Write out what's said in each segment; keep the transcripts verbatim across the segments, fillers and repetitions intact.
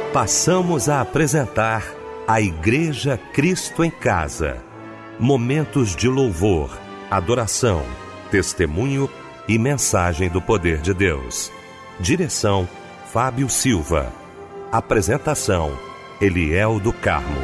Passamos a apresentar a Igreja Cristo em Casa. Momentos de louvor, adoração, testemunho e mensagem do poder de Deus. Direção, Fábio Silva. Apresentação, Eliel do Carmo.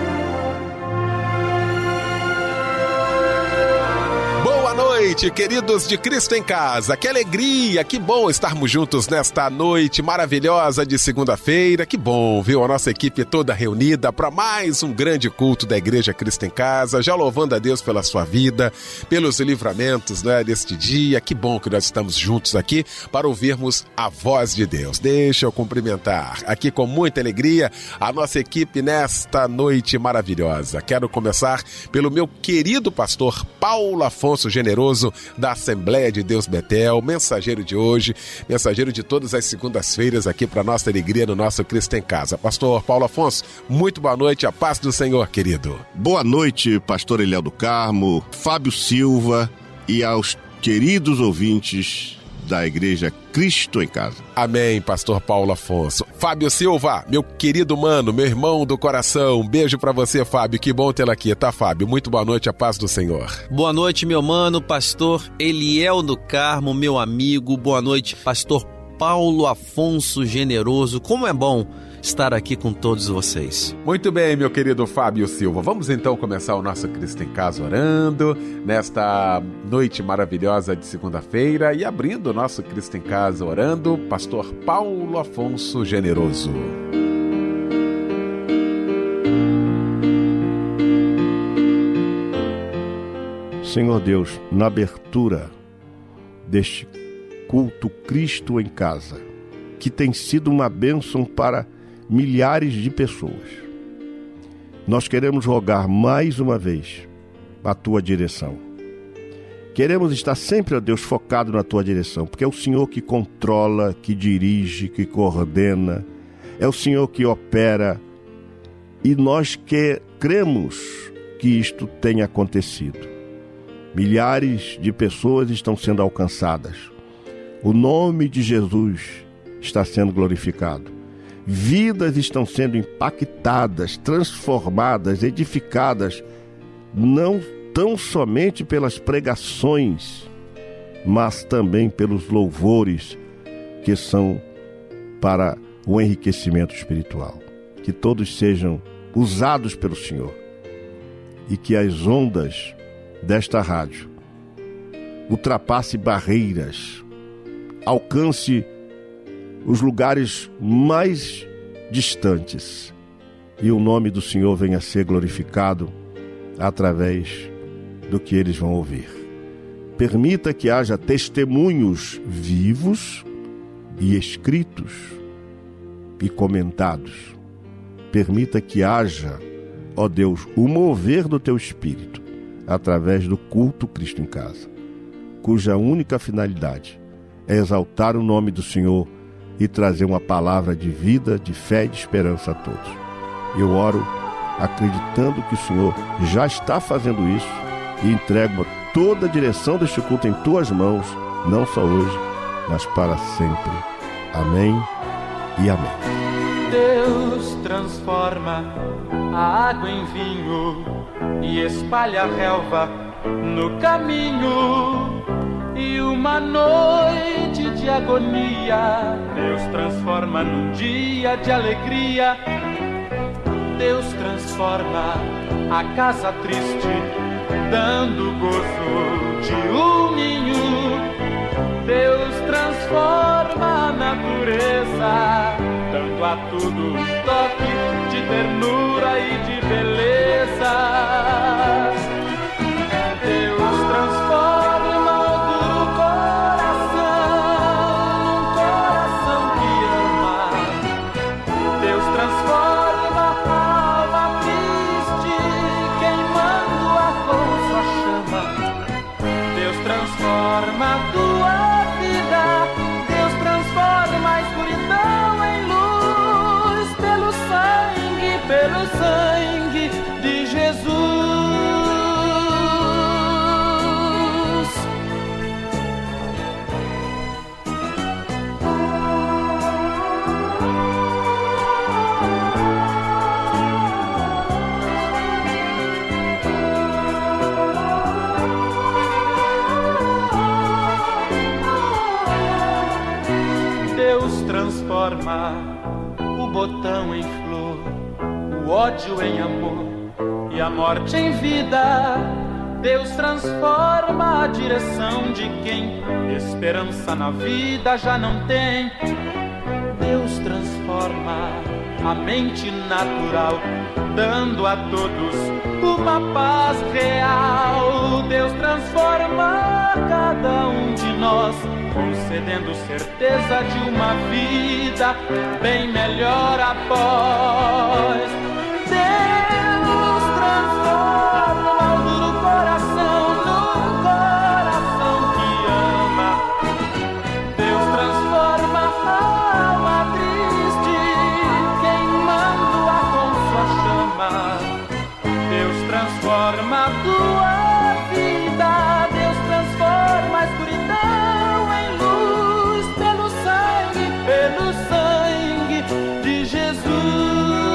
Boa noite, queridos de Cristo em Casa. Que alegria, que bom estarmos juntos nesta noite maravilhosa de segunda-feira. Que bom, viu? A nossa equipe toda reunida para mais um grande culto da Igreja Cristo em Casa, já louvando a Deus pela sua vida, pelos livramentos, né, deste dia. Que bom que nós estamos juntos aqui para ouvirmos a voz de Deus. Deixa eu cumprimentar aqui com muita alegria a nossa equipe nesta noite maravilhosa. Quero começar pelo meu querido pastor Paulo Afonso Generoso, da Assembleia de Deus Betel, mensageiro de hoje, mensageiro de todas as segundas-feiras aqui para nossa alegria no nosso Cristo em Casa. Pastor Paulo Afonso, muito boa noite, a paz do Senhor, querido. Boa noite, pastor Eliel do Carmo, Fábio Silva e aos queridos ouvintes da Igreja Cristo em Casa. Amém, pastor Paulo Afonso. Fábio Silva, meu querido mano, meu irmão do coração, um beijo pra você, Fábio, que bom tê-lo aqui, tá, Fábio? Muito boa noite, a paz do Senhor. Boa noite, meu mano, pastor Eliel do Carmo, meu amigo, boa noite, pastor Paulo Afonso Generoso. Como é bom estar aqui com todos vocês. Muito bem, meu querido Fábio Silva. Vamos então começar o nosso Cristo em Casa orando nesta noite maravilhosa de segunda-feira e abrindo o nosso Cristo em Casa orando, pastor Paulo Afonso Generoso. Senhor Deus, na abertura deste culto Cristo em Casa, que tem sido uma bênção para milhares de pessoas, nós queremos rogar mais uma vez a Tua direção. Queremos estar sempre, ó Deus, focado na Tua direção, porque é o Senhor que controla, que dirige, que coordena, é o Senhor que opera, e nós que cremos que isto tenha acontecido. Milhares de pessoas estão sendo alcançadas. O nome de Jesus está sendo glorificado. Vidas estão sendo impactadas, transformadas, edificadas, não tão somente pelas pregações, mas também pelos louvores que são para o enriquecimento espiritual. Que todos sejam usados pelo Senhor e que as ondas desta rádio ultrapasse barreiras, alcance os lugares mais distantes e o nome do Senhor venha a ser glorificado através do que eles vão ouvir. Permita que haja testemunhos vivos e escritos e comentados. Permita que haja, ó Deus, o mover do Teu Espírito através do culto Cristo em Casa, cuja única finalidade é exaltar o nome do Senhor e trazer uma palavra de vida, de fé e de esperança a todos. Eu oro acreditando que o Senhor já está fazendo isso e entrego toda a direção deste culto em Tuas mãos, não só hoje, mas para sempre. Amém e amém. Deus transforma a água em vinho e espalha a relva no caminho. E uma noite de agonia Deus transforma num dia de alegria. Deus transforma a casa triste, dando gozo de um ninho. Deus transforma a natureza, dando a tudo um toque de ternura e de beleza. Deus transforma transforma a tua vida, Deus transforma a escuridão em luz, pelo sangue, pelo sangue de Jesus. transforma o botão em flor, o ódio em amor e a morte em vida. Deus transforma a direção de quem esperança na vida já não tem. Deus transforma a mente natural, dando a todos uma paz real. Deus transforma cada um de nós, concedendo certeza de uma vida bem melhor após. Deus transforma o duro coração num coração que ama. Deus transforma a alma triste, queimando-a com sua chama. Deus transforma a tua vida. Deus transforma a escuridão em luz pelo sangue, pelo sangue de Jesus.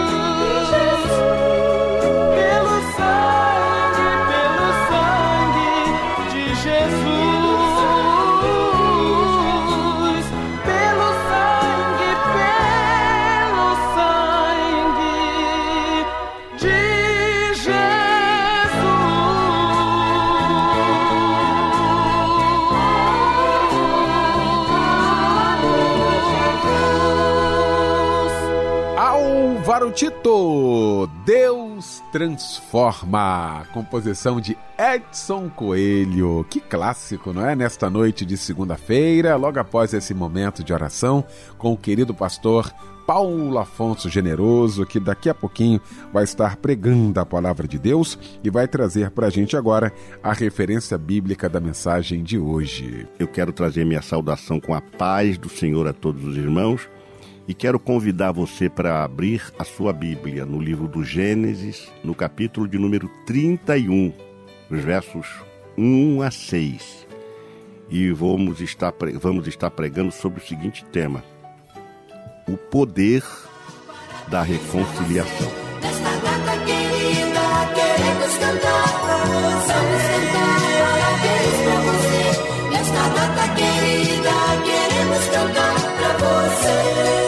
Tito, Deus transforma, composição de Edson Coelho. Que clássico, não é? Nesta noite de segunda-feira, logo após esse momento de oração com o querido pastor Paulo Afonso Generoso, que daqui a pouquinho vai estar pregando a palavra de Deus e vai trazer para a gente agora a referência bíblica da mensagem de hoje. Eu quero trazer minha saudação com a paz do Senhor a todos os irmãos. E quero convidar você para abrir a sua Bíblia no livro do Gênesis, no capítulo de número trinta e um, os versos um a seis. E vamos estar, vamos estar pregando sobre o seguinte tema: o poder da reconciliação. Nesta data querida, queremos cantar para você. Vamos cantar parabéns para você. Nesta data querida, queremos cantar para você.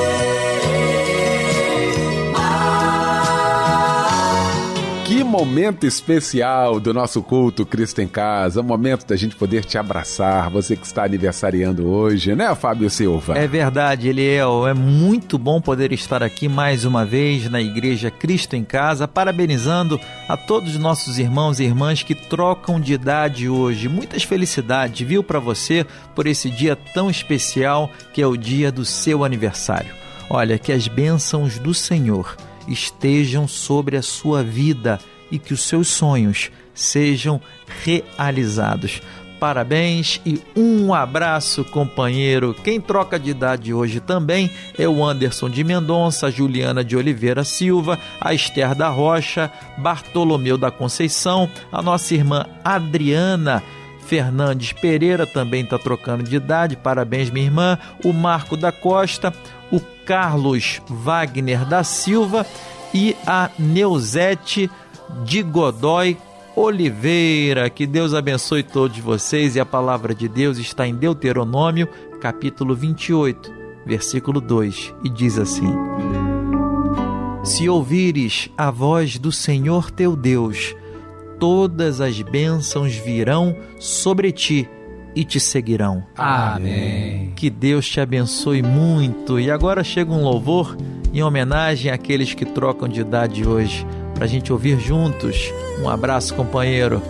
Que momento especial do nosso culto Cristo em Casa, um momento da gente poder te abraçar, você que está aniversariando hoje, né, Fábio Silva? É verdade, Eliel, é muito bom poder estar aqui mais uma vez na Igreja Cristo em Casa, parabenizando a todos os nossos irmãos e irmãs que trocam de idade hoje. Muitas felicidades, viu, para você por esse dia tão especial que é o dia do seu aniversário. Olha, que as bênçãos do Senhor estejam sobre a sua vida e que os seus sonhos sejam realizados. Parabéns e um abraço, companheiro. Quem troca de idade hoje também é o Anderson de Mendonça, a Juliana de Oliveira Silva, a Esther da Rocha, Bartolomeu da Conceição, a nossa irmã Adriana Fernandes Pereira também está trocando de idade. Parabéns, minha irmã. O Marco da Costa, o Carlos Wagner da Silva e a Neuzete de Godoy Oliveira. Que Deus abençoe todos vocês, e a palavra de Deus está em Deuteronômio, capítulo vinte e oito, versículo dois, e diz assim: Se ouvires a voz do Senhor teu Deus, todas as bênçãos virão sobre ti e te seguirão. Amém. Que Deus te abençoe muito. E agora chega um louvor em homenagem àqueles que trocam de idade hoje, para a gente ouvir juntos. Um abraço, companheiro.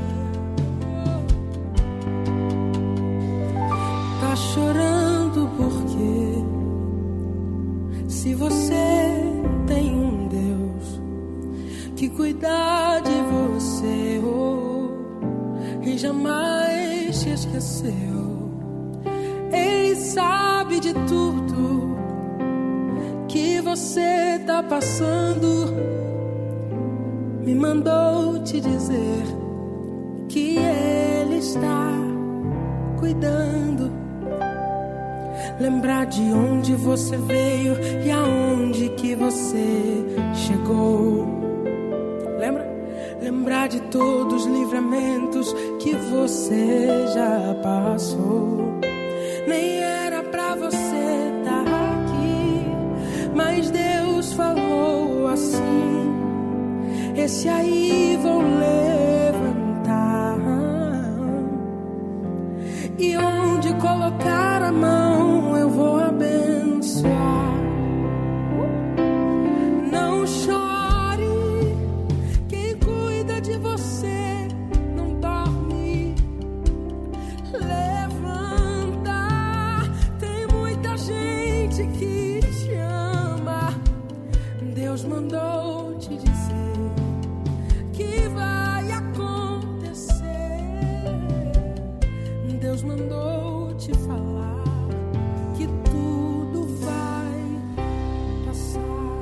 Tá chorando porque se você tem um Deus que cuida de você, oh, e jamais te esqueceu, Ele sabe de tudo que você tá passando. Me mandou te dizer que Ele está cuidando. Lembrar de onde você veio e aonde que você chegou. Lembra? Lembrar de todos os livramentos que você já passou. Nem era pra você estar aqui, Mas Deus falou assim: esse aí vou levantar, e onde colocar a mão eu vou abençoar. Não chore, quem cuida de você não dorme. Levanta, tem muita gente que te ama. Deus mandou te dizer que vai acontecer. Deus mandou te falar que tudo vai passar.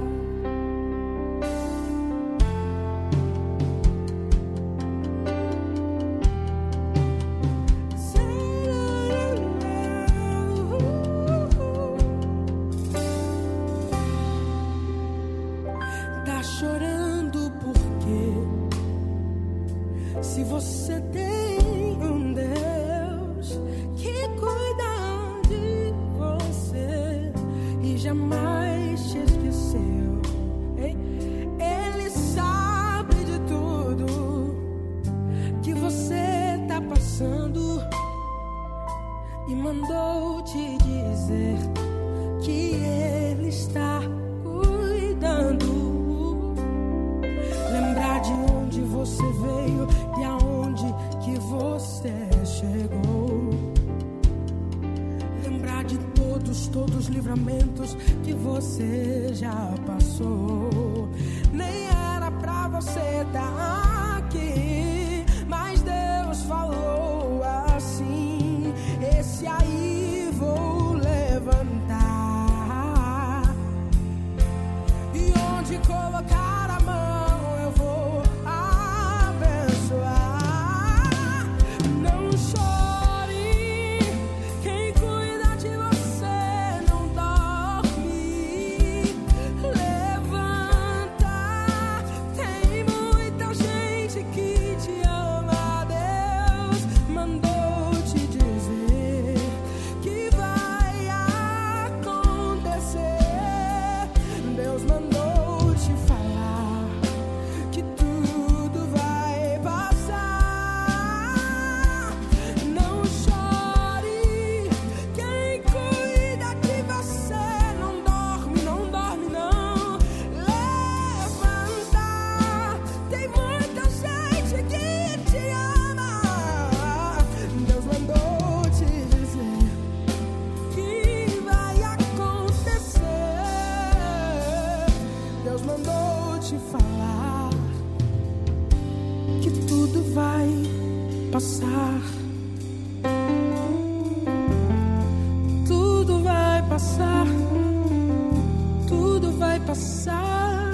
Tá chorando porque se você tem um Deus que cuida de você e jamais te esqueceu, hein? Ele sabe de tudo que você tá passando e mandou te dizer que Ele está cuidando. Lembrar de onde você veio e aonde que você chegou. Lembrar de todos, todos os livramentos que você já passou. Nem era pra você estar aqui, mas Deus falou assim: esse aí vou levantar, e onde colocar a mão eu vou abençoar. Não chore, quem cuida de você não dorme. Levanta, tem muita gente que te ama. Deus mandou te dizer que vai acontecer. Deus mandou te falar que tudo vai passar. Não chore, quem cuida de você não dorme, não dorme não. Levanta, tem muita gente que te ama. Deus mandou te dizer que vai acontecer. Deus mandou te falar que tudo vai passar. Tudo vai passar. Tudo vai passar.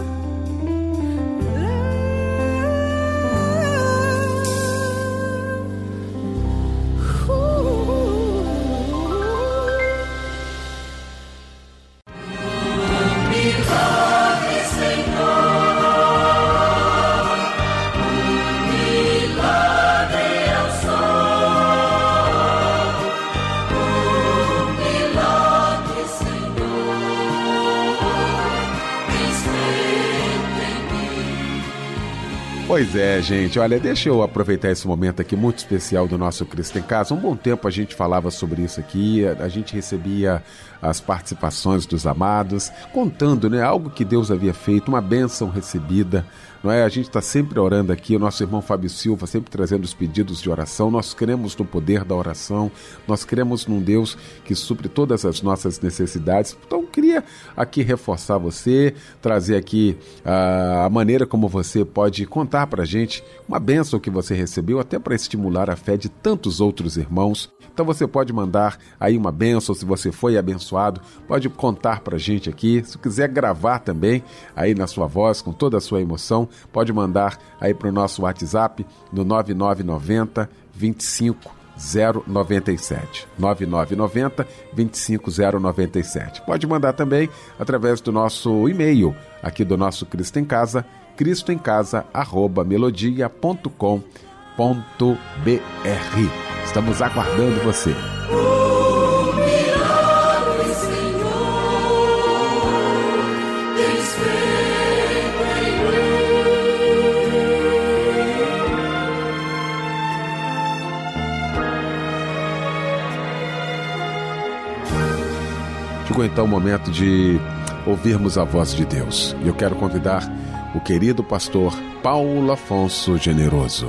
Pois é, gente, olha, deixa eu aproveitar esse momento aqui muito especial do nosso Cristo em Casa. Um bom tempo a gente falava sobre isso aqui, a gente recebia as participações dos amados, contando, né, algo que Deus havia feito, uma bênção recebida, não é? A gente está sempre orando aqui, o nosso irmão Fábio Silva sempre trazendo os pedidos de oração. Nós cremos no poder da oração, nós cremos num Deus que supre todas as nossas necessidades. Então, queria aqui reforçar você, trazer aqui uh, a maneira como você pode contar para a gente uma bênção que você recebeu, até para estimular a fé de tantos outros irmãos. Então você pode mandar aí uma bênção, se você foi abençoado, pode contar para a gente aqui. Se quiser gravar também aí na sua voz, com toda a sua emoção, pode mandar aí para o nosso WhatsApp no nove nove nove zero, dois cinco zero nove sete. nove nove nove zero, dois cinco zero nove sete. Pode mandar também através do nosso e-mail, aqui do nosso Cristo em Casa, cristo em casa arroba melodia ponto com ponto b r. Estamos aguardando você. O milagre, Senhor, Chegou então o momento de ouvirmos a voz de Deus. E eu quero convidar o querido pastor Paulo Afonso Generoso.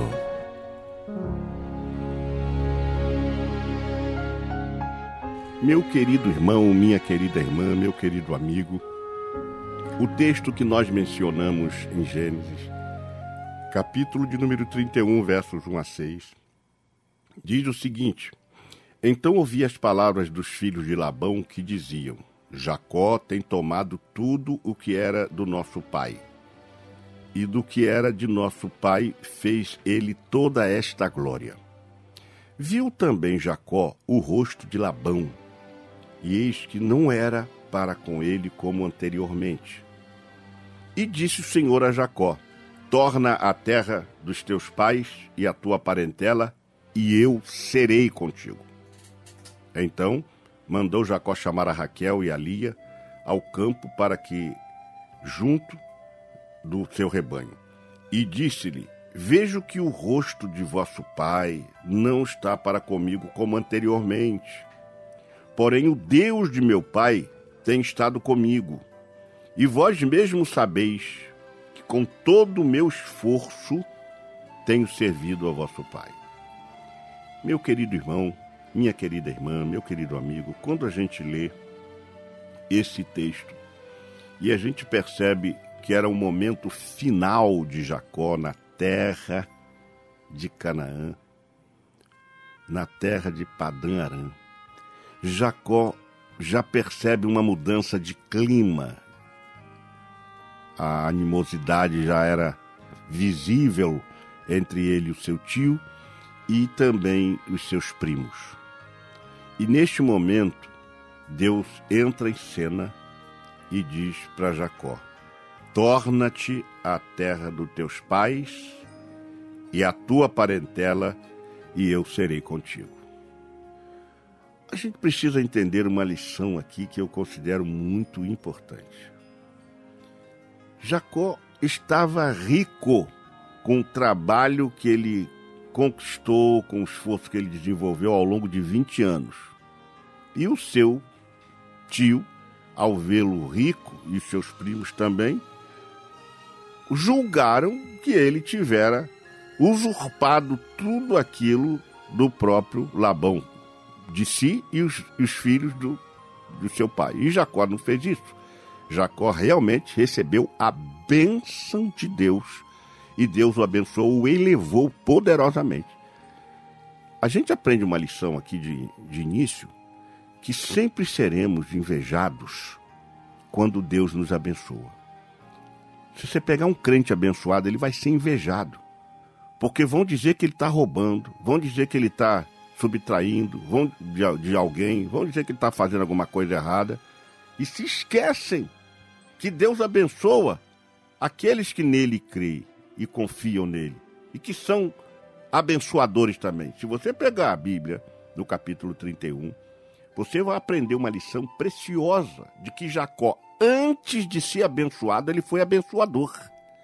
Meu querido irmão, minha querida irmã, meu querido amigo, o texto que nós mencionamos em Gênesis, capítulo de número trinta e um, versos um a seis, diz o seguinte: Então ouvi as palavras dos filhos de Labão que diziam: Jacó tem tomado tudo o que era do nosso pai, e do que era de nosso pai fez ele toda esta glória. Viu também Jacó o rosto de Labão, e eis que não era para com ele como anteriormente. E disse o Senhor a Jacó: Torna a terra dos teus pais e a tua parentela, e eu serei contigo. Então mandou Jacó chamar a Raquel e a Lia ao campo para que, junto do seu rebanho, e disse-lhe: Vejo que o rosto de vosso pai não está para comigo como anteriormente. Porém o Deus de meu pai tem estado comigo, e vós mesmos sabeis que com todo o meu esforço tenho servido a vosso pai. Meu querido irmão, minha querida irmã, meu querido amigo, quando a gente lê esse texto e a gente percebe que era o momento final de Jacó na terra de Canaã, na terra de Padã Arã, Jacó já percebe uma mudança de clima. A animosidade já era visível entre ele e o seu tio e também os seus primos. E neste momento, Deus entra em cena e diz para Jacó: Torna-te à terra dos teus pais e à tua parentela, e eu serei contigo. A gente precisa entender uma lição aqui que eu considero muito importante. Jacó estava rico com o trabalho que ele conquistou, com o esforço que ele desenvolveu ao longo de vinte anos. E o seu tio, ao vê-lo rico, e seus primos também, julgaram que ele tivera usurpado tudo aquilo do próprio Labão, de si e os, os filhos do, do seu pai. E Jacó não fez isso. Jacó realmente recebeu a bênção de Deus, e Deus o abençoou, o elevou poderosamente. A gente aprende uma lição aqui de, de início, que sempre seremos invejados quando Deus nos abençoa. Se você pegar um crente abençoado, ele vai ser invejado, porque vão dizer que ele está roubando, vão dizer que ele está subtraindo, vão de, de alguém, vão dizer que ele está fazendo alguma coisa errada, e se esquecem que Deus abençoa aqueles que nele creem e confiam nele, e que são abençoadores também. Se você pegar a Bíblia, no capítulo trinta e um, você vai aprender uma lição preciosa de que Jacó, antes de ser abençoado, ele foi abençoador.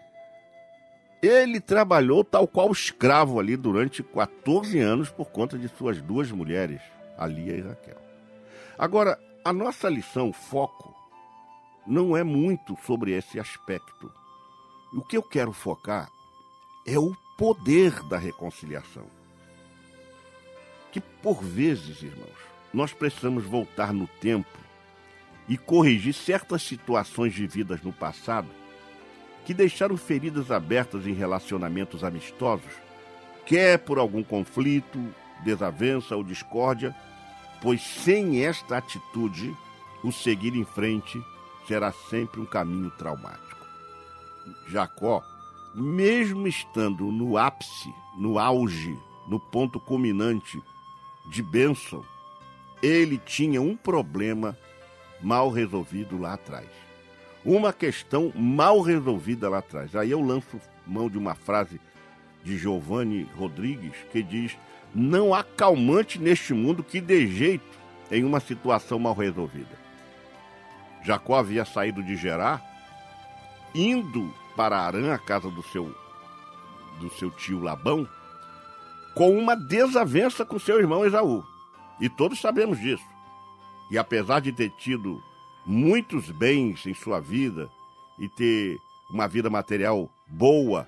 Ele trabalhou tal qual escravo ali durante quatorze anos por conta de suas duas mulheres, a Lia e Raquel. Agora, a nossa lição, foco, não é muito sobre esse aspecto. O que eu quero focar é o poder da reconciliação. Que, por vezes, irmãos, nós precisamos voltar no tempo e corrigir certas situações vividas no passado que deixaram feridas abertas em relacionamentos amistosos, quer por algum conflito, desavença ou discórdia, pois sem esta atitude, o seguir em frente será sempre um caminho traumático. Jacó, mesmo estando no ápice, no auge, no ponto culminante de bênção, ele tinha um problema mal resolvido lá atrás. Uma questão mal resolvida lá atrás. Aí eu lanço mão de uma frase de Giovanni Rodrigues que diz: não há calmante neste mundo que dê jeito em uma situação mal resolvida. Jacó havia saído de Gerar, indo para Arã, a casa do seu, do seu tio Labão, com uma desavença com seu irmão Esaú. E todos sabemos disso. E apesar de ter tido muitos bens em sua vida e ter uma vida material boa,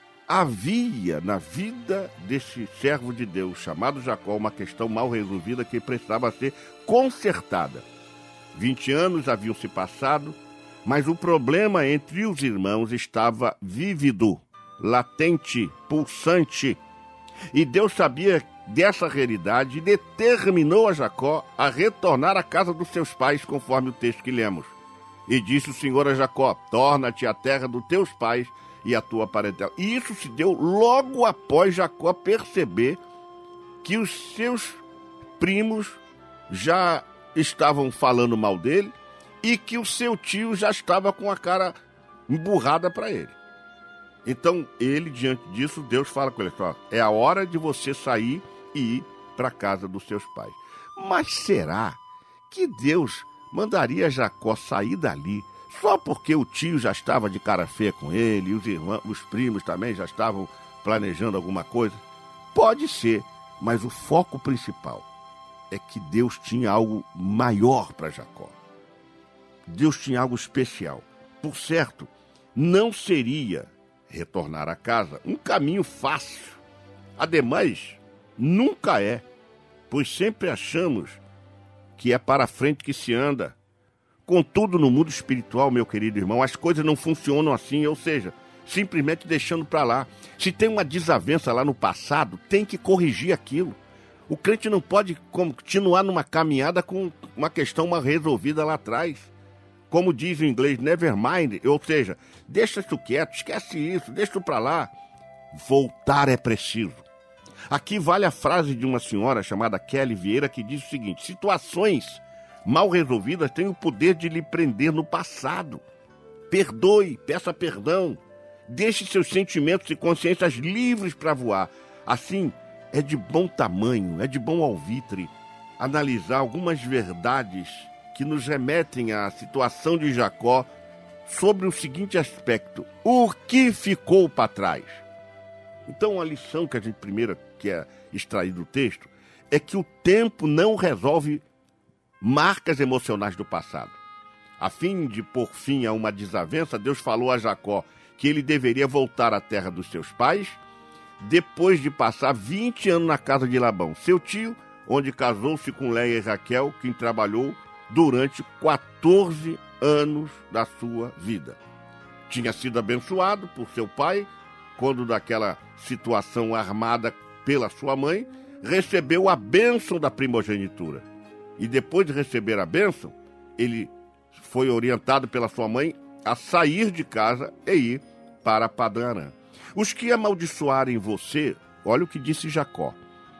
havia na vida desse servo de Deus chamado Jacó uma questão mal resolvida que precisava ser consertada. Vinte anos haviam se passado, mas o problema entre os irmãos estava vívido, latente, pulsante. E Deus sabia dessa realidade e determinou a Jacó a retornar à casa dos seus pais, conforme o texto que lemos. E disse o Senhor a Jacó: torna-te à terra dos teus pais e à tua parentela. E isso se deu logo após Jacó perceber que os seus primos já estavam falando mal dele e que o seu tio já estava com a cara emburrada para ele. Então, ele, diante disso, Deus fala com ele: ó, é a hora de você sair e ir para a casa dos seus pais. Mas será que Deus mandaria Jacó sair dali só porque o tio já estava de cara feia com ele e os irmãos, os primos também já estavam planejando alguma coisa? Pode ser, mas o foco principal é que Deus tinha algo maior para Jacó. Deus tinha algo especial. Por certo, não seria retornar a casa um caminho fácil. Ademais, nunca é, pois sempre achamos que é para frente que se anda. Contudo, no mundo espiritual, meu querido irmão, as coisas não funcionam assim, ou seja, simplesmente deixando para lá. Se tem uma desavença lá no passado, tem que corrigir aquilo. O crente não pode continuar numa caminhada com uma questão mal resolvida lá atrás. Como diz em inglês, never mind, ou seja, deixa isso quieto, esquece isso, deixa isso para lá. Voltar é preciso. Aqui vale a frase de uma senhora chamada Kelly Vieira, que diz o seguinte: situações mal resolvidas têm o poder de lhe prender no passado. Perdoe, peça perdão, deixe seus sentimentos e consciências livres para voar. Assim, é de bom tamanho, é de bom alvitre analisar algumas verdades que nos remetem à situação de Jacó sobre o seguinte aspecto: o que ficou para trás? Então, a lição que a gente primeiro quer extrair do texto é que o tempo não resolve marcas emocionais do passado. A fim de pôr fim a uma desavença, Deus falou a Jacó que ele deveria voltar à terra dos seus pais, depois de passar vinte anos na casa de Labão, seu tio, onde casou-se com Léia e Raquel, quem trabalhou durante quatorze anos da sua vida. Tinha sido abençoado por seu pai, quando daquela situação armada pela sua mãe, recebeu a bênção da primogenitura. E depois de receber a bênção, ele foi orientado pela sua mãe a sair de casa e ir para Padã Arã. Os que amaldiçoarem você, olha o que disse Jacó,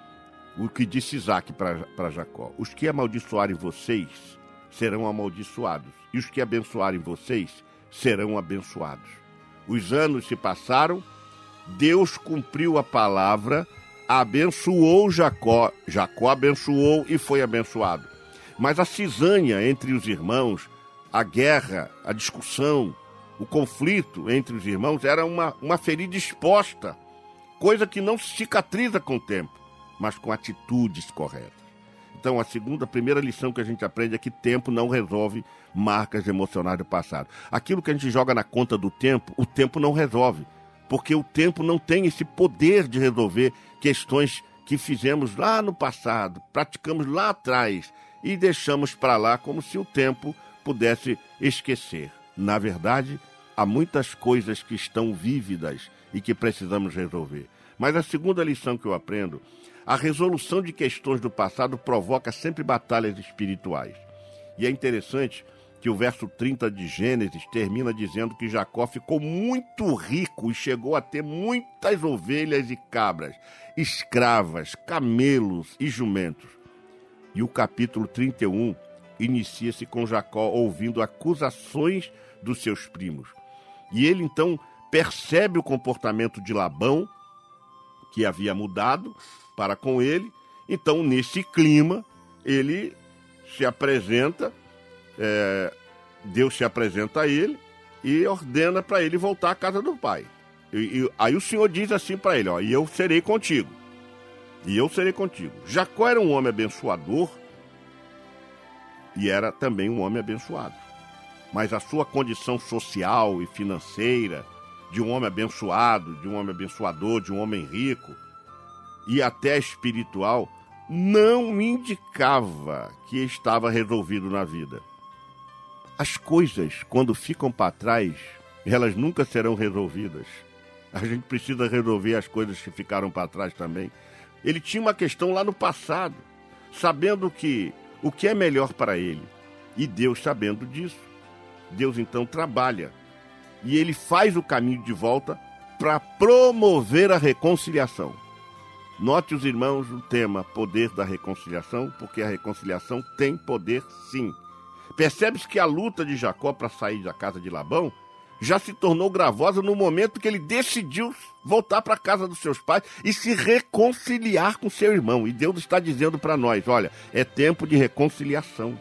o que disse Isaac para Jacó: os que amaldiçoarem vocês serão amaldiçoados, e os que abençoarem vocês serão abençoados. Os anos se passaram, Deus cumpriu a palavra, abençoou Jacó, Jacó abençoou e foi abençoado. Mas a cisânia entre os irmãos, a guerra, a discussão, o conflito entre os irmãos era uma, uma ferida exposta, coisa que não se cicatriza com o tempo, mas com atitudes corretas. Então, a segunda, a primeira lição que a gente aprende é que tempo não resolve marcas emocionais do passado. Aquilo que a gente joga na conta do tempo, o tempo não resolve, porque o tempo não tem esse poder de resolver questões que fizemos lá no passado, praticamos lá atrás e deixamos para lá como se o tempo pudesse esquecer. Na verdade, há muitas coisas que estão vívidas e que precisamos resolver. Mas a segunda lição que eu aprendo: a resolução de questões do passado provoca sempre batalhas espirituais. E é interessante que o verso trinta de Gênesis termina dizendo que Jacó ficou muito rico e chegou a ter muitas ovelhas e cabras, escravas, camelos e jumentos. E o capítulo trinta e um inicia-se com Jacó ouvindo acusações dos seus primos. E ele então percebe o comportamento de Labão, que havia mudado para com ele. Então, nesse clima, ele se apresenta, é, Deus se apresenta a ele e ordena para ele voltar à casa do pai. E, e aí o Senhor diz assim para ele: ó, e eu serei contigo, e eu serei contigo. Jacó era um homem abençoador e era também um homem abençoado. mas a sua condição social e financeira, de um homem abençoado, de um homem abençoador, de um homem rico, e até espiritual, não indicava que estava resolvido na vida. As coisas, quando ficam para trás, elas nunca serão resolvidas. A gente precisa resolver as coisas que ficaram para trás também. Ele tinha uma questão lá no passado, sabendo que o que é melhor para ele, e Deus sabendo disso. Deus então trabalha, e ele faz o caminho de volta para promover a reconciliação. Note, os irmãos, o tema poder da reconciliação, porque a reconciliação tem poder sim. Percebe-se que a luta de Jacó para sair da casa de Labão já se tornou gravosa no momento que ele decidiu voltar para a casa dos seus pais e se reconciliar com seu irmão. E Deus está dizendo para nós, olha, é tempo de reconciliação.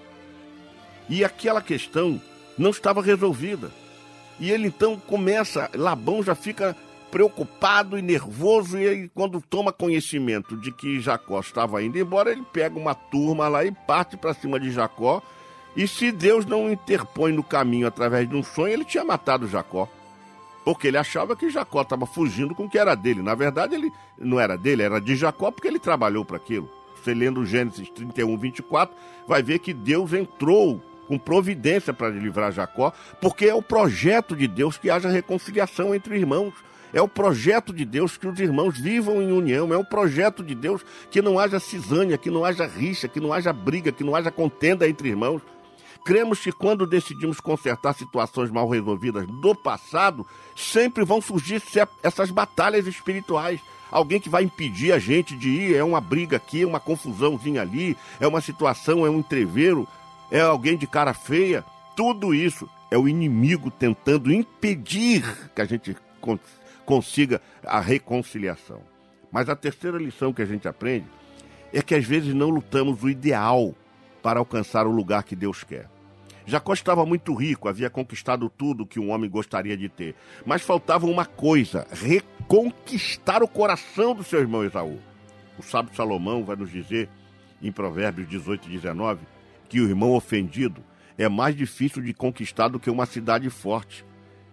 E aquela questão não estava resolvida. E ele então começa, Labão já fica preocupado e nervoso, e aí, quando toma conhecimento de que Jacó estava indo embora, ele pega uma turma lá e parte para cima de Jacó. E se Deus não interpõe no caminho através de um sonho, ele tinha matado Jacó. Porque ele achava que Jacó estava fugindo com o que era dele. Na verdade, ele não era dele, era de Jacó, porque ele trabalhou para aquilo. Você lendo Gênesis trinta e um, vinte e quatro, vai ver que Deus entrou com providência para livrar Jacó, porque é o projeto de Deus que haja reconciliação entre irmãos. É o projeto de Deus que os irmãos vivam em união. É o projeto de Deus que não haja cisânia, que não haja rixa, que não haja briga, que não haja contenda entre irmãos. Cremos que quando decidimos consertar situações mal resolvidas do passado, sempre vão surgir essas batalhas espirituais. Alguém que vai impedir a gente de ir, é uma briga aqui, é uma confusãozinha ali, é uma situação, é um entreveiro, é alguém de cara feia. Tudo isso é o inimigo tentando impedir que a gente consiga a reconciliação. Mas a terceira lição que a gente aprende é que às vezes não lutamos o ideal para alcançar o lugar que Deus quer. Jacó estava muito rico, havia conquistado tudo que um homem gostaria de ter, mas faltava uma coisa: reconquistar o coração do seu irmão Esaú. O sábio Salomão vai nos dizer, em Provérbios dezoito e dezenove, que o irmão ofendido é mais difícil de conquistar do que uma cidade forte.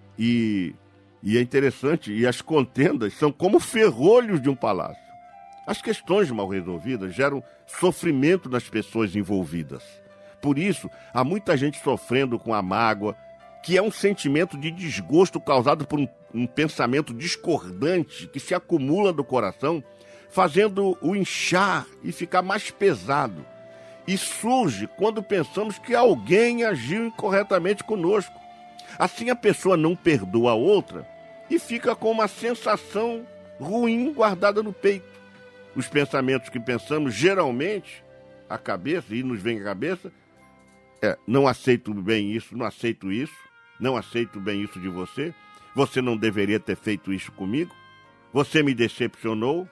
E, e é interessante, e as contendas são como ferrolhos de um palácio. As questões mal resolvidas geram sofrimento nas pessoas envolvidas. Por isso, há muita gente sofrendo com a mágoa, que é um sentimento de desgosto causado por um, um pensamento discordante que se acumula no coração, fazendo o inchar e ficar mais pesado. E surge quando pensamos que alguém agiu incorretamente conosco. Assim, a pessoa não perdoa a outra e fica com uma sensação ruim guardada no peito. Os pensamentos que pensamos, geralmente, a cabeça, e nos vem à cabeça, é: não aceito bem isso, não aceito isso, não aceito bem isso de você, você não deveria ter feito isso comigo, você me decepcionou,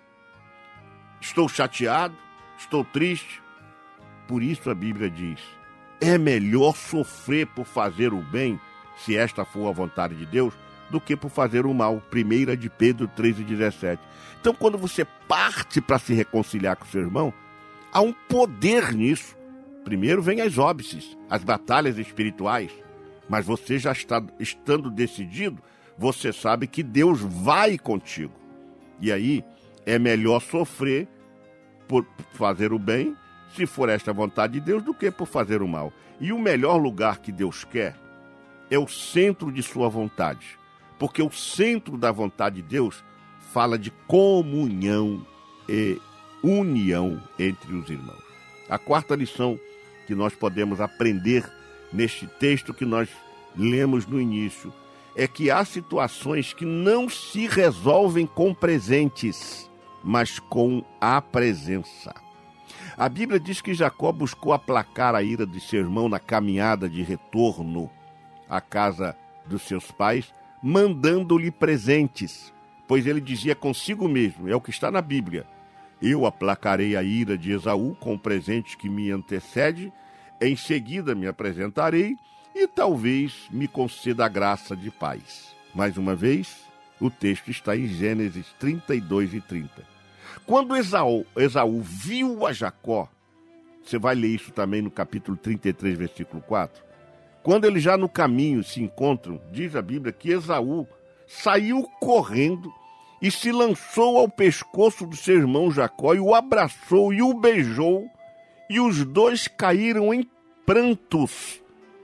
estou chateado, estou triste. Por isso a Bíblia diz, é melhor sofrer por fazer o bem, se esta for a vontade de Deus, do que por fazer o mal. Primeira de Pedro três e dezessete. Então, quando você parte para se reconciliar com seu irmão, há um poder nisso. Primeiro vem as óbices, as batalhas espirituais, mas você já está estando decidido, você sabe que Deus vai contigo. E aí, é melhor sofrer por fazer o bem, se for esta a vontade de Deus, do que por fazer o mal. E o melhor lugar que Deus quer é o centro de sua vontade. Porque o centro da vontade de Deus fala de comunhão e união entre os irmãos. A quarta lição que nós podemos aprender neste texto que nós lemos no início é que há situações que não se resolvem com presentes, mas com a presença. A Bíblia diz que Jacó buscou aplacar a ira de seu irmão na caminhada de retorno à casa dos seus pais, mandando-lhe presentes, pois ele dizia consigo mesmo, é o que está na Bíblia: eu aplacarei a ira de Esaú com o presente que me antecede, em seguida me apresentarei e talvez me conceda a graça de paz. Mais uma vez, o texto está em Gênesis trinta e dois e trinta. Quando Esaú, Esaú viu a Jacó, você vai ler isso também no capítulo trinta e três, versículo quatro, Quando eles já no caminho se encontram, diz a Bíblia que Esaú saiu correndo e se lançou ao pescoço do seu irmão Jacó e o abraçou e o beijou, e os dois caíram em prantos.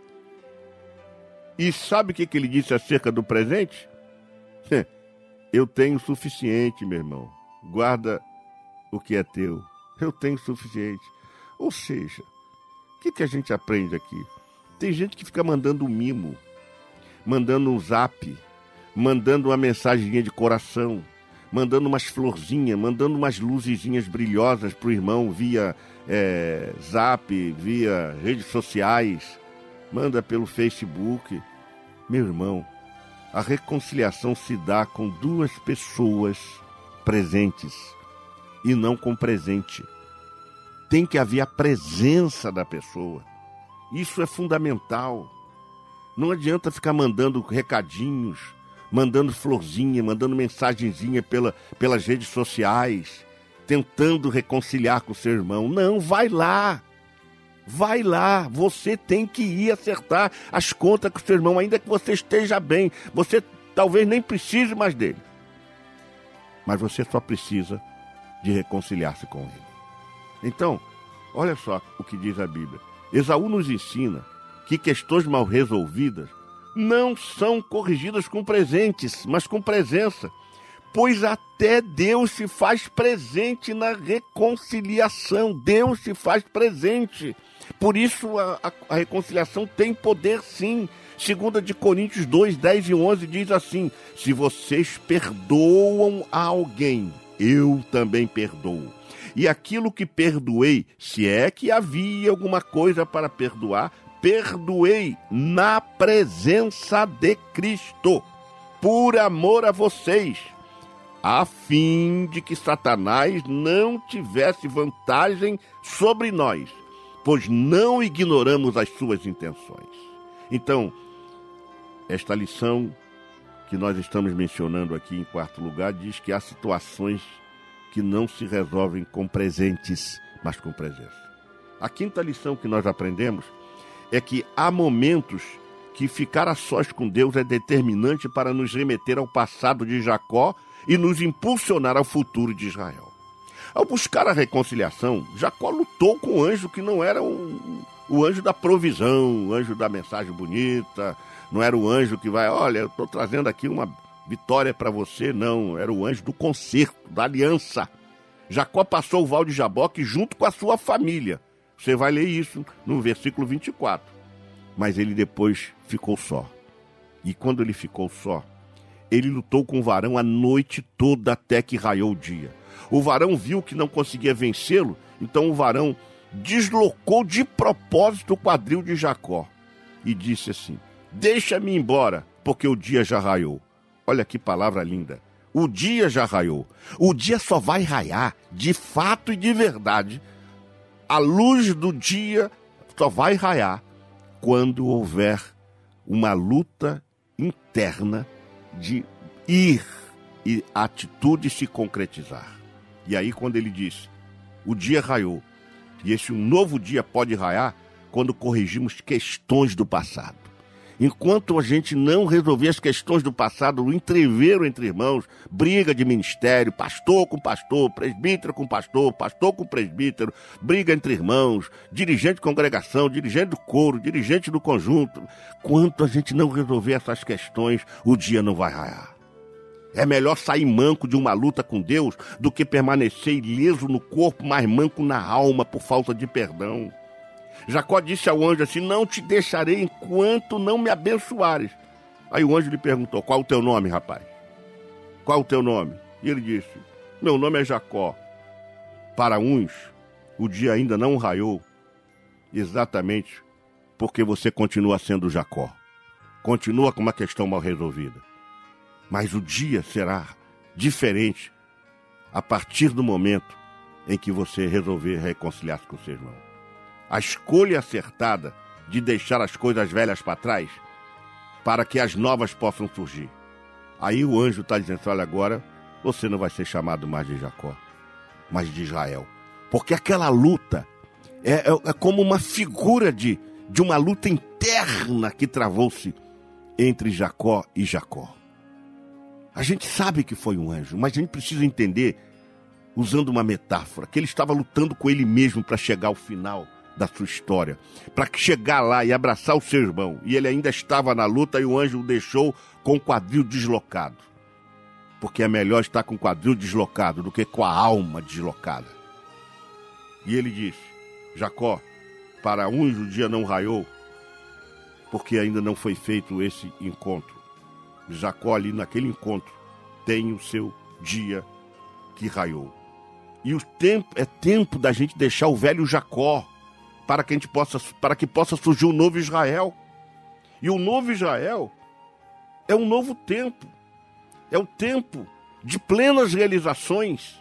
E sabe o que, que ele disse acerca do presente? Eu tenho o suficiente, meu irmão. Guarda o que é teu. Eu tenho o suficiente. Ou seja, o que, que a gente aprende aqui? Tem gente que fica mandando um mimo, mandando um zap, mandando uma mensagenzinha de coração, mandando umas florzinhas, mandando umas luzezinhas brilhosas para o irmão via é, zap, via redes sociais, manda pelo Facebook. Meu irmão, a reconciliação se dá com duas pessoas presentes e não com presente. Tem que haver a presença da pessoa. Isso é fundamental. Não adianta ficar mandando recadinhos, mandando florzinha, mandando mensagenzinha pela, pelas redes sociais, tentando reconciliar com o seu irmão. Não, vai lá. Vai lá. Você tem que ir acertar as contas com o seu irmão, ainda que você esteja bem. Você talvez nem precise mais dele. Mas você só precisa de reconciliar-se com ele. Então, olha só o que diz a Bíblia. Esaú nos ensina que questões mal resolvidas não são corrigidas com presentes, mas com presença, pois até Deus se faz presente na reconciliação. Deus se faz presente. Por isso a, a, a reconciliação tem poder, sim. Segunda de Coríntios dois, dez e onze diz assim: se vocês perdoam a alguém, eu também perdoo. E aquilo que perdoei, se é que havia alguma coisa para perdoar, perdoei na presença de Cristo, por amor a vocês, a fim de que Satanás não tivesse vantagem sobre nós, pois não ignoramos as suas intenções. Então, esta lição que nós estamos mencionando aqui em quarto lugar diz que há situações que não se resolvem com presentes, mas com presença. A quinta lição que nós aprendemos é que há momentos que ficar a sós com Deus é determinante para nos remeter ao passado de Jacó e nos impulsionar ao futuro de Israel. Ao buscar a reconciliação, Jacó lutou com o anjo que não era um, o anjo da provisão, o anjo da mensagem bonita, não era o anjo que vai, olha, eu estou trazendo aqui uma vitória para você, não, era o anjo do concerto, da aliança. Jacó passou o val de Jaboque junto com a sua família. Você vai ler isso no versículo vinte e quatro. Mas ele depois ficou só. E quando ele ficou só, ele lutou com o varão a noite toda até que raiou o dia. O varão viu que não conseguia vencê-lo, então o varão deslocou de propósito o quadril de Jacó e disse assim: deixa-me embora, porque o dia já raiou. Olha que palavra linda. O dia já raiou. O dia só vai raiar, de fato e de verdade. A luz do dia só vai raiar quando houver uma luta interna de ir e a atitude se concretizar. E aí quando ele disse, o dia raiou, e esse um novo dia pode raiar quando corrigimos questões do passado. Enquanto a gente não resolver as questões do passado, o entreveiro entre irmãos, briga de ministério, pastor com pastor, presbítero com pastor, pastor com presbítero, briga entre irmãos, dirigente de congregação, dirigente do coro, dirigente do conjunto. Enquanto a gente não resolver essas questões, o dia não vai raiar. É melhor sair manco de uma luta com Deus do que permanecer ileso no corpo, mas manco na alma por falta de perdão. Jacó disse ao anjo assim, não te deixarei enquanto não me abençoares. Aí o anjo lhe perguntou, qual o teu nome, rapaz? Qual o teu nome? E ele disse, meu nome é Jacó. Para uns, o dia ainda não raiou, exatamente porque você continua sendo Jacó. Continua com uma questão mal resolvida. Mas o dia será diferente a partir do momento em que você resolver reconciliar-se com o seu irmão. A escolha acertada de deixar as coisas velhas para trás para que as novas possam surgir. Aí o anjo está dizendo, olha, agora você não vai ser chamado mais de Jacó, mas de Israel. Porque aquela luta é, é, é como uma figura de, de uma luta interna eterna que travou-se entre Jacó e Jacó. A gente sabe que foi um anjo, mas a gente precisa entender, usando uma metáfora, que ele estava lutando com ele mesmo para chegar ao final da sua história, para chegar lá e abraçar o seu irmão. E ele ainda estava na luta e o anjo o deixou com o quadril deslocado. Porque é melhor estar com o quadril deslocado do que com a alma deslocada. E ele disse: Jacó, para uns o dia não raiou, porque ainda não foi feito esse encontro. Jacó ali naquele encontro tem o seu dia que raiou. E o tempo é tempo da gente deixar o velho Jacó para que a gente possa, para que possa surgir um novo Israel. E o novo Israel é um novo tempo. É o tempo de plenas realizações,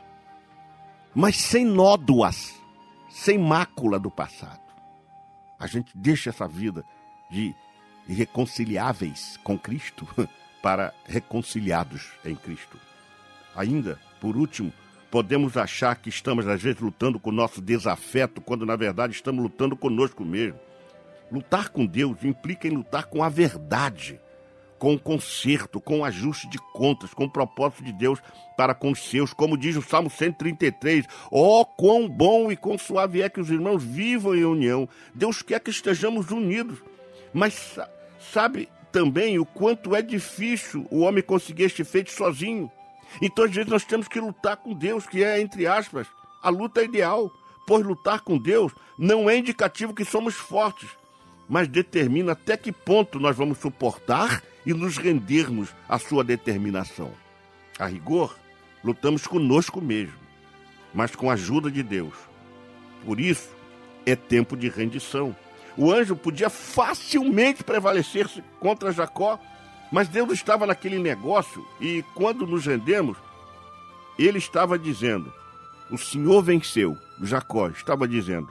mas sem nódoas, sem mácula do passado. A gente deixa essa vida de irreconciliáveis com Cristo para reconciliados em Cristo. Ainda, por último, podemos achar que estamos, às vezes, lutando com o nosso desafeto, quando, na verdade, estamos lutando conosco mesmo. Lutar com Deus implica em lutar com a verdade, com o conserto, com o ajuste de contas, com o propósito de Deus para com os seus. Como diz o Salmo cento e trinta e três, ó, quão bom e quão suave é que os irmãos vivam em união. Deus quer que estejamos unidos, mas sabe também o quanto é difícil o homem conseguir este feito sozinho. Então, às vezes, nós temos que lutar com Deus, que é, entre aspas, a luta ideal, pois lutar com Deus não é indicativo que somos fortes, mas determina até que ponto nós vamos suportar e nos rendermos à sua determinação. A rigor, lutamos conosco mesmo, mas com a ajuda de Deus. Por isso, é tempo de rendição. O anjo podia facilmente prevalecer contra Jacó, mas Deus estava naquele negócio e, quando nos rendemos, ele estava dizendo, o Senhor venceu. Jacó estava dizendo,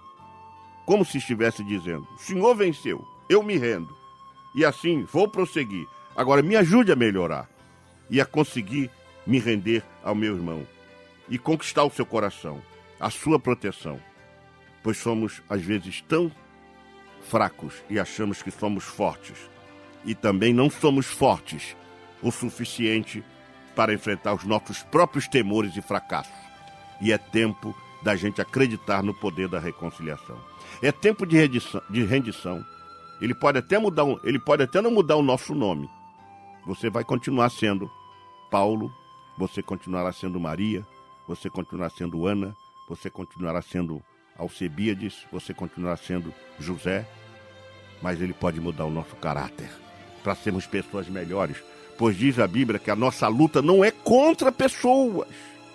como se estivesse dizendo, o Senhor venceu, eu me rendo. E assim, vou prosseguir. Agora me ajude a melhorar e a conseguir me render ao meu irmão e conquistar o seu coração, a sua proteção. Pois somos, às vezes, tão fracos e achamos que somos fortes. E também não somos fortes o suficiente para enfrentar os nossos próprios temores e fracassos. E é tempo da gente acreditar no poder da reconciliação. É tempo de rendição. De rendição. Ele pode até mudar, ele pode até não mudar o nosso nome. Você vai continuar sendo Paulo, você continuará sendo Maria, você continuará sendo Ana, você continuará sendo Alcebíades, você continuará sendo José, mas ele pode mudar o nosso caráter para sermos pessoas melhores, pois diz a Bíblia que a nossa luta não é contra pessoas.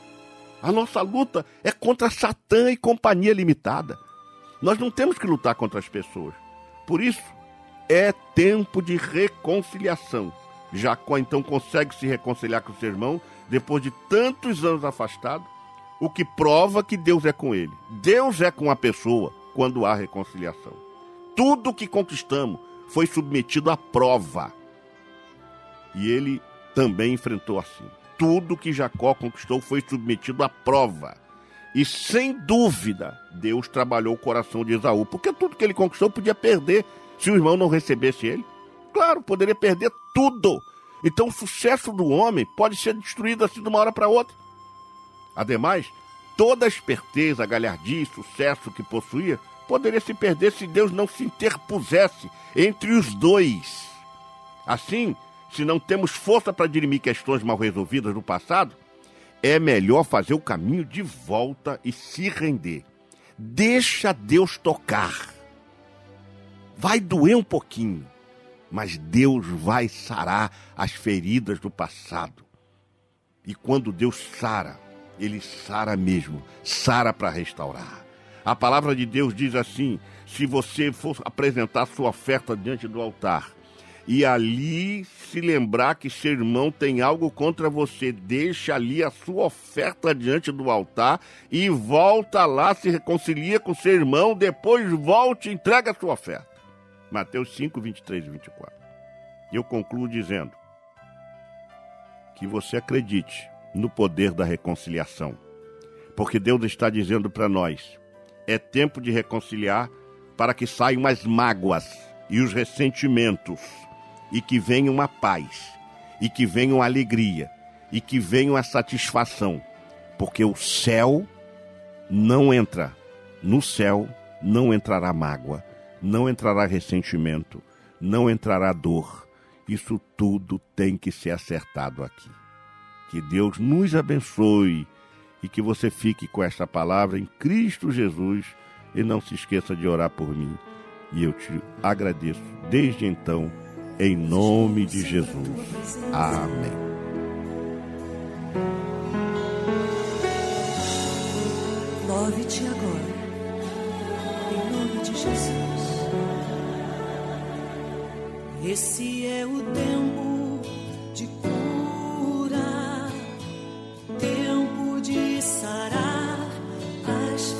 A nossa luta é contra Satã e companhia limitada. Nós não temos que lutar contra as pessoas. Por isso, é tempo de reconciliação. Jacó, então, consegue se reconciliar com seu irmão depois de tantos anos afastado, o que prova que Deus é com ele. Deus é com a pessoa quando há reconciliação. Tudo que conquistamos foi submetido à prova. E ele também enfrentou assim. Tudo que Jacó conquistou foi submetido à prova. E, sem dúvida, Deus trabalhou o coração de Esaú, porque tudo que ele conquistou podia perder se o irmão não recebesse ele. Claro, poderia perder tudo. Então, o sucesso do homem pode ser destruído assim de uma hora para outra. Ademais, toda a esperteza, galhardia e sucesso que possuía poderia se perder se Deus não se interpusesse entre os dois. Assim, se não temos força para dirimir questões mal resolvidas no passado, é melhor fazer o caminho de volta e se render. Deixa Deus tocar. Vai doer um pouquinho, mas Deus vai sarar as feridas do passado. E quando Deus sara, Ele sara mesmo, sara para restaurar. A palavra de Deus diz assim, se você for apresentar sua oferta diante do altar, e ali se lembrar que seu irmão tem algo contra você, deixa ali a sua oferta diante do altar e volta lá, se reconcilia com seu irmão, depois volte e entrega a sua oferta. Mateus cinco, vinte e três e vinte e quatro. Eu concluo dizendo que você acredite no poder da reconciliação, porque Deus está dizendo para nós, é tempo de reconciliar para que saiam as mágoas e os ressentimentos, e que venham a paz, e que venham a alegria, e que venham a satisfação, porque o céu não entra, no céu não entrará mágoa, não entrará ressentimento, não entrará dor. Isso tudo tem que ser acertado aqui. Que Deus nos abençoe e que você fique com esta palavra em Cristo Jesus e não se esqueça de orar por mim. E eu te agradeço desde então, em nome de Jesus. Amém. Move-te agora, em nome de Jesus. Esse é o tempo de cura, tempo de sarar as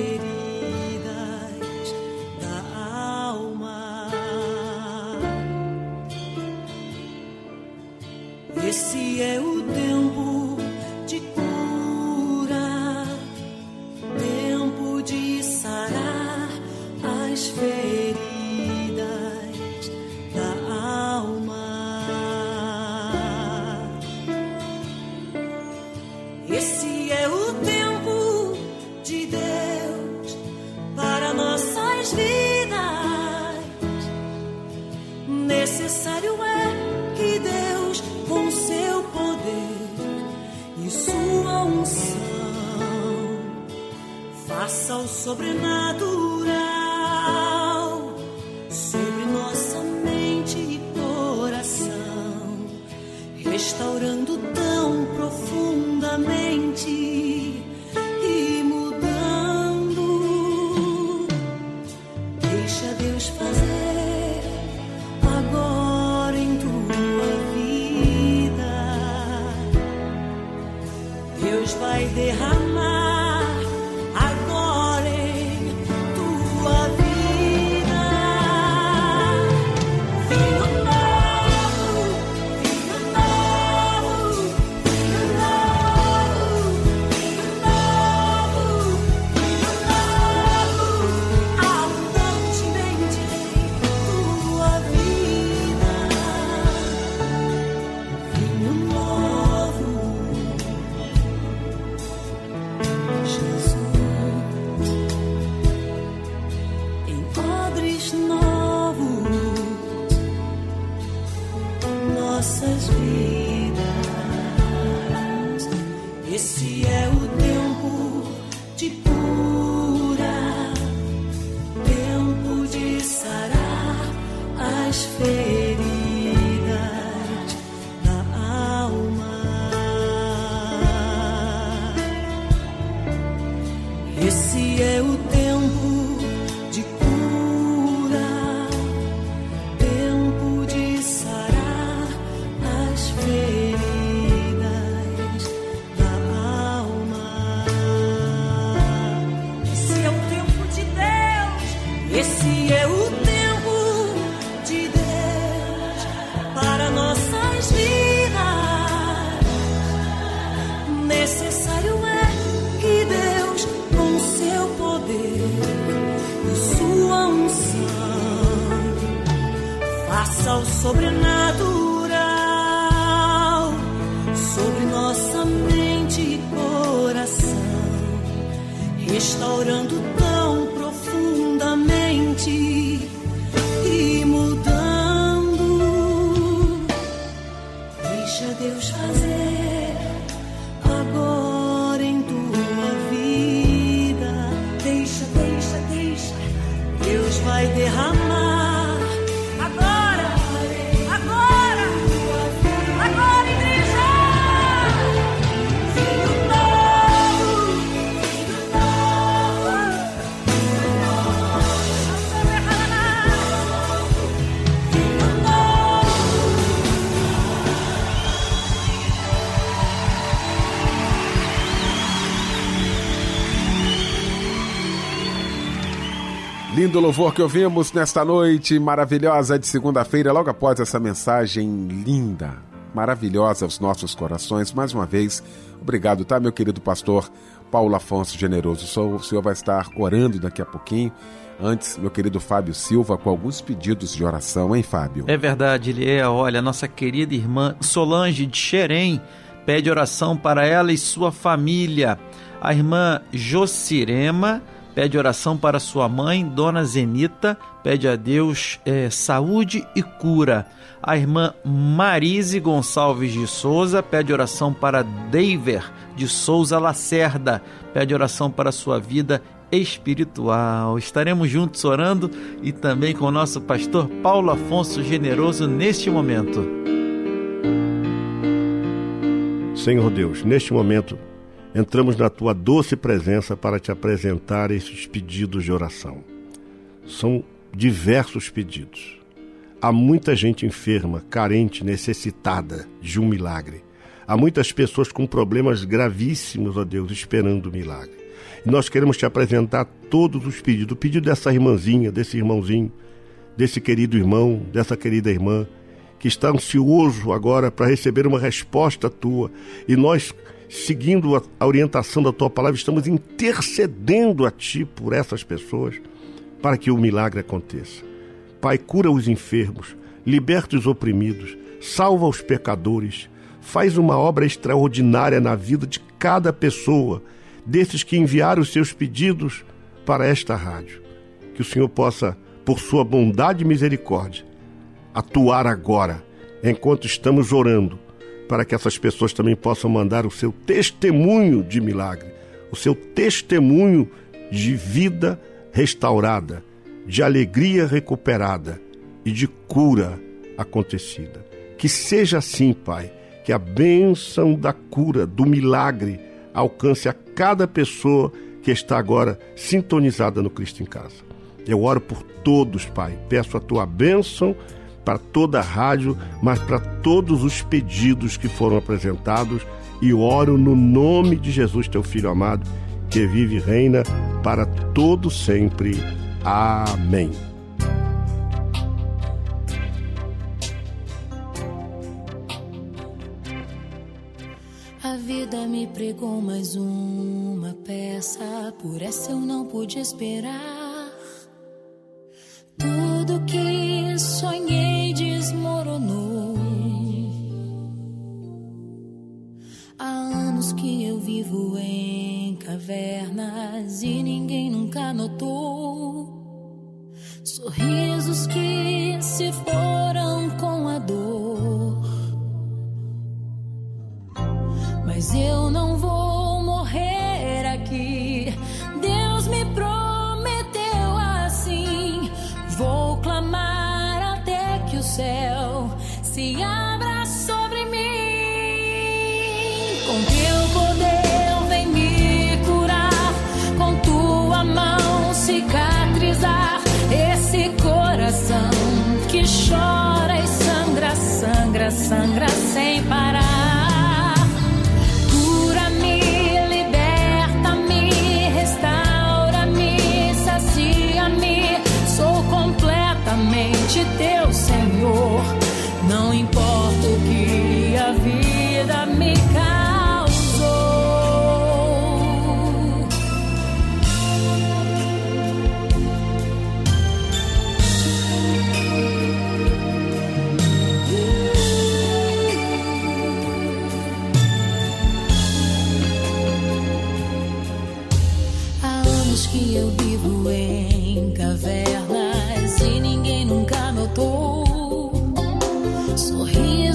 feridas da alma. Esse é o tempo de cura, tempo de sarar as feridas da alma. Esse é o tempo de Deus para nossas vidas. Necessário é que Deus, com seu poder e sua unção, faça o sobrenatural sobre nossa mente e coração, restaurando tão profundamente e mudando. Deixa Deus fazer agora em tua vida. Deus vai derramar agora em tua vida. Vinho novo, vinho novo, vinho novo, vinho novo, vinho novo, abundantemente em tua vida. Vinho novo, Jesus, em odres novos, nossas vidas. Esse é o tempo de cura, tempo de sarar as feridas da alma. Esse é o tempo de cura, tempo de sarar as feridas da alma. Esse é o tempo de Deus. Esse é o tempo de Deus para nossas vidas. Necessário é que Deus, com seu poder e sua unção, faça o sobrenatural sobre nossa mente e coração, restaurando tão profundamente e mudando. Deixa Deus fazer agora em tua vida. Deixa, deixa, deixa. Deus vai derramar agora, agora, agora, igreja. Vinho novo, vinho novo, vinho novo, vinho novo. Lindo louvor que ouvimos nesta noite maravilhosa de segunda-feira, logo após essa mensagem linda, maravilhosa aos nossos corações. Mais uma vez, obrigado, tá, meu querido pastor, Paulo Afonso Generoso. O senhor vai estar orando daqui a pouquinho. Antes, meu querido Fábio Silva, com alguns pedidos de oração, hein, Fábio? É verdade, Eliel. Olha, nossa querida irmã Solange de Xerém pede oração para ela e sua família. A irmã Jocirema pede oração para sua mãe, Dona Zenita, pede a Deus é, saúde e cura. A irmã Marise Gonçalves de Souza pede oração para Deiver de Souza Lacerda, pede oração para sua vida espiritual. Estaremos juntos orando e também com o nosso pastor Paulo Afonso Generoso neste momento. Senhor Deus, neste momento entramos na tua doce presença para te apresentar esses pedidos de oração. São diversos pedidos. Há muita gente enferma, carente, necessitada de um milagre. Há muitas pessoas com problemas gravíssimos, ó Deus, esperando o milagre. E nós queremos te apresentar todos os pedidos. O pedido dessa irmãzinha, desse irmãozinho, desse querido irmão, dessa querida irmã, que está ansioso agora para receber uma resposta tua. E nós, seguindo a, a orientação da tua palavra, estamos intercedendo a ti por essas pessoas, para que o milagre aconteça. Pai, cura os enfermos, liberta os oprimidos, salva os pecadores, faz uma obra extraordinária na vida de cada pessoa, desses que enviaram os seus pedidos para esta rádio. Que o Senhor possa, por sua bondade e misericórdia, atuar agora, enquanto estamos orando, para que essas pessoas também possam mandar o seu testemunho de milagre, o seu testemunho de vida restaurada, de alegria recuperada e de cura acontecida. Que seja assim, Pai, que a bênção da cura, do milagre, alcance a cada pessoa que está agora sintonizada no Cristo em Casa. Eu oro por todos, Pai, peço a tua bênção para toda a rádio, mas para todos os pedidos que foram apresentados, e oro no nome de Jesus, teu Filho amado, que vive e reina para todo sempre. Amém. A vida me pregou mais uma peça, por essa eu não pude esperar. Tudo que sonhei desmoronou. Há anos que eu vivo em cavernas e ninguém nunca notou. Sorrisos que se foram com a dor. Mas eu não vou morrer aqui. Deus me prometeu assim. Vou clamar até que o céu se abra sobre mim. Com teu poder vem me curar, com tua mão cicatrizar esse coração que chora e sangra, sangra, sangra sem parar. Cura-me, liberta-me, restaura-me, sacia-me. Sou completamente teu Senhor. Não importa o que a vida me causou. Há anos que eu vivo em cavernas e ninguém nunca notou. Sorri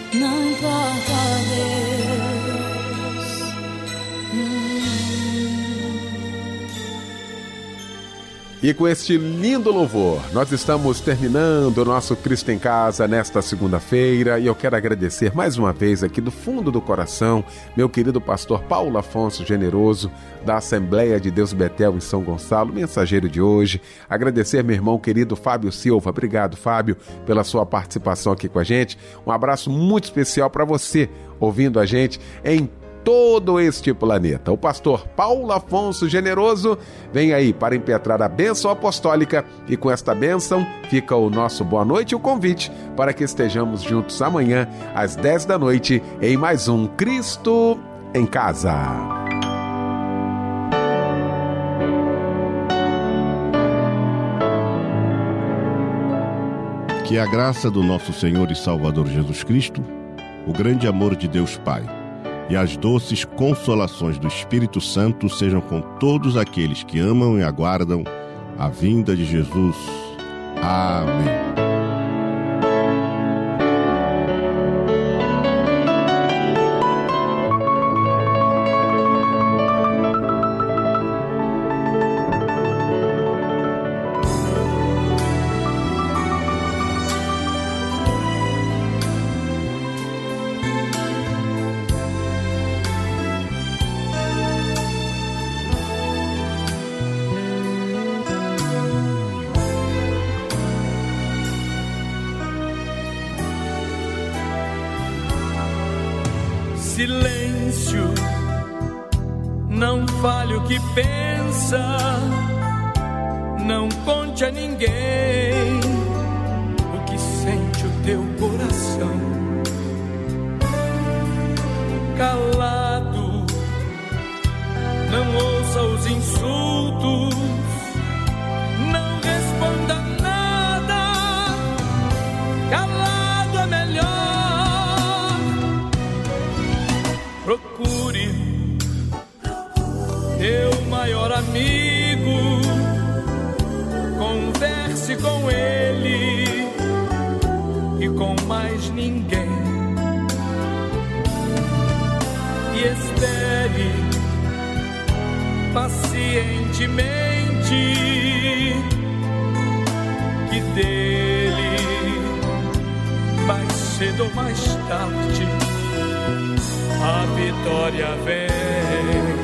não importa, Deus. Hum. E com este lindo louvor, nós estamos terminando o nosso Cristo em Casa nesta segunda-feira, e eu quero agradecer mais uma vez aqui do fundo do coração meu querido pastor Paulo Afonso Generoso, da Assembleia de Deus Betel em São Gonçalo, mensageiro de hoje. Agradecer meu irmão querido Fábio Silva. Obrigado, Fábio, pela sua participação aqui com a gente. Um abraço muito especial para você, ouvindo a gente em todo este planeta. O pastor Paulo Afonso Generoso vem aí para impetrar a bênção apostólica, e com esta bênção fica o nosso boa noite e o convite para que estejamos juntos amanhã às dez da noite em mais um Cristo em Casa. Que a graça do nosso Senhor e Salvador Jesus Cristo, o grande amor de Deus Pai e as doces consolações do Espírito Santo sejam com todos aqueles que amam e aguardam a vinda de Jesus. Amém. Silêncio, não fale o que pensa, não conte a ninguém o que sente o teu coração. Calado, não ouça os insultos, não responda nada, calado é melhor. Procure teu maior amigo, converse com ele e com mais ninguém, e espere pacientemente que dele, mais cedo ou mais tarde, a vitória vem.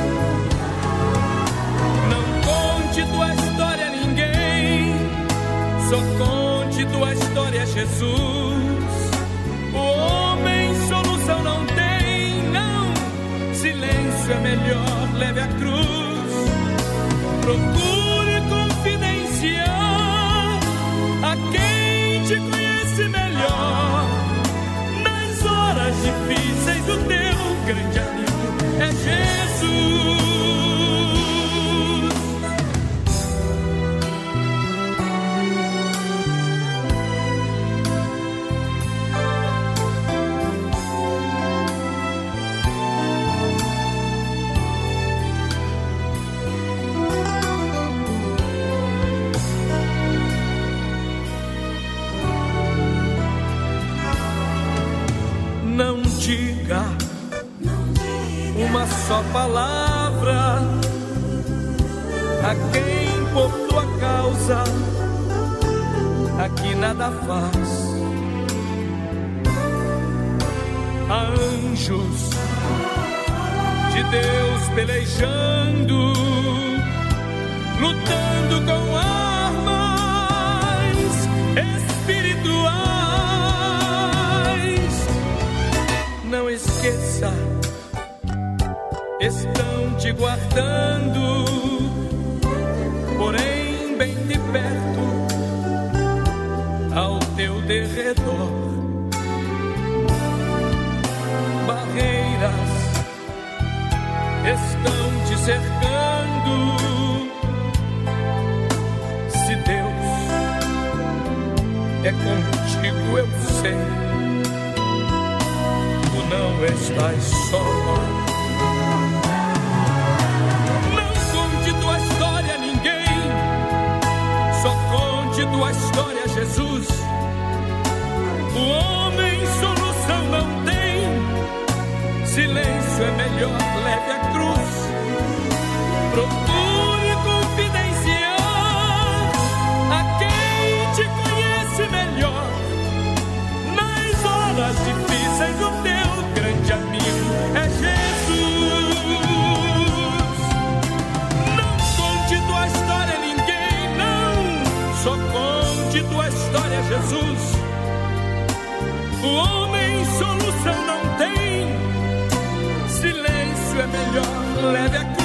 Não conte tua história a ninguém, só conte tua história a Jesus. O homem solução não tem, não. Silêncio é melhor, leve a cruz. Procure confidenciar a quem te conhece melhor. Nas horas difíceis o teu grande amigo é Jesus. Não diga uma só palavra a quem por tua causa aqui nada faz. Há anjos de Deus pelejando, lutando com armas espirituais. Não esqueça, estão te guardando, porém bem de perto, ao teu derredor. Barreiras estão te cercando. Se Deus é contigo, eu sei, tu não estás só. Não conte tua história a ninguém, só conte tua história a Jesus. O homem solução melhor, leve a cruz. Procure confidenciar a quem te conhece melhor. Nas horas difíceis o teu grande amigo é Jesus. Não conte tua história a ninguém, não. Só conte tua história a Jesus. O homem solução não tem. Silêncio é melhor, leve a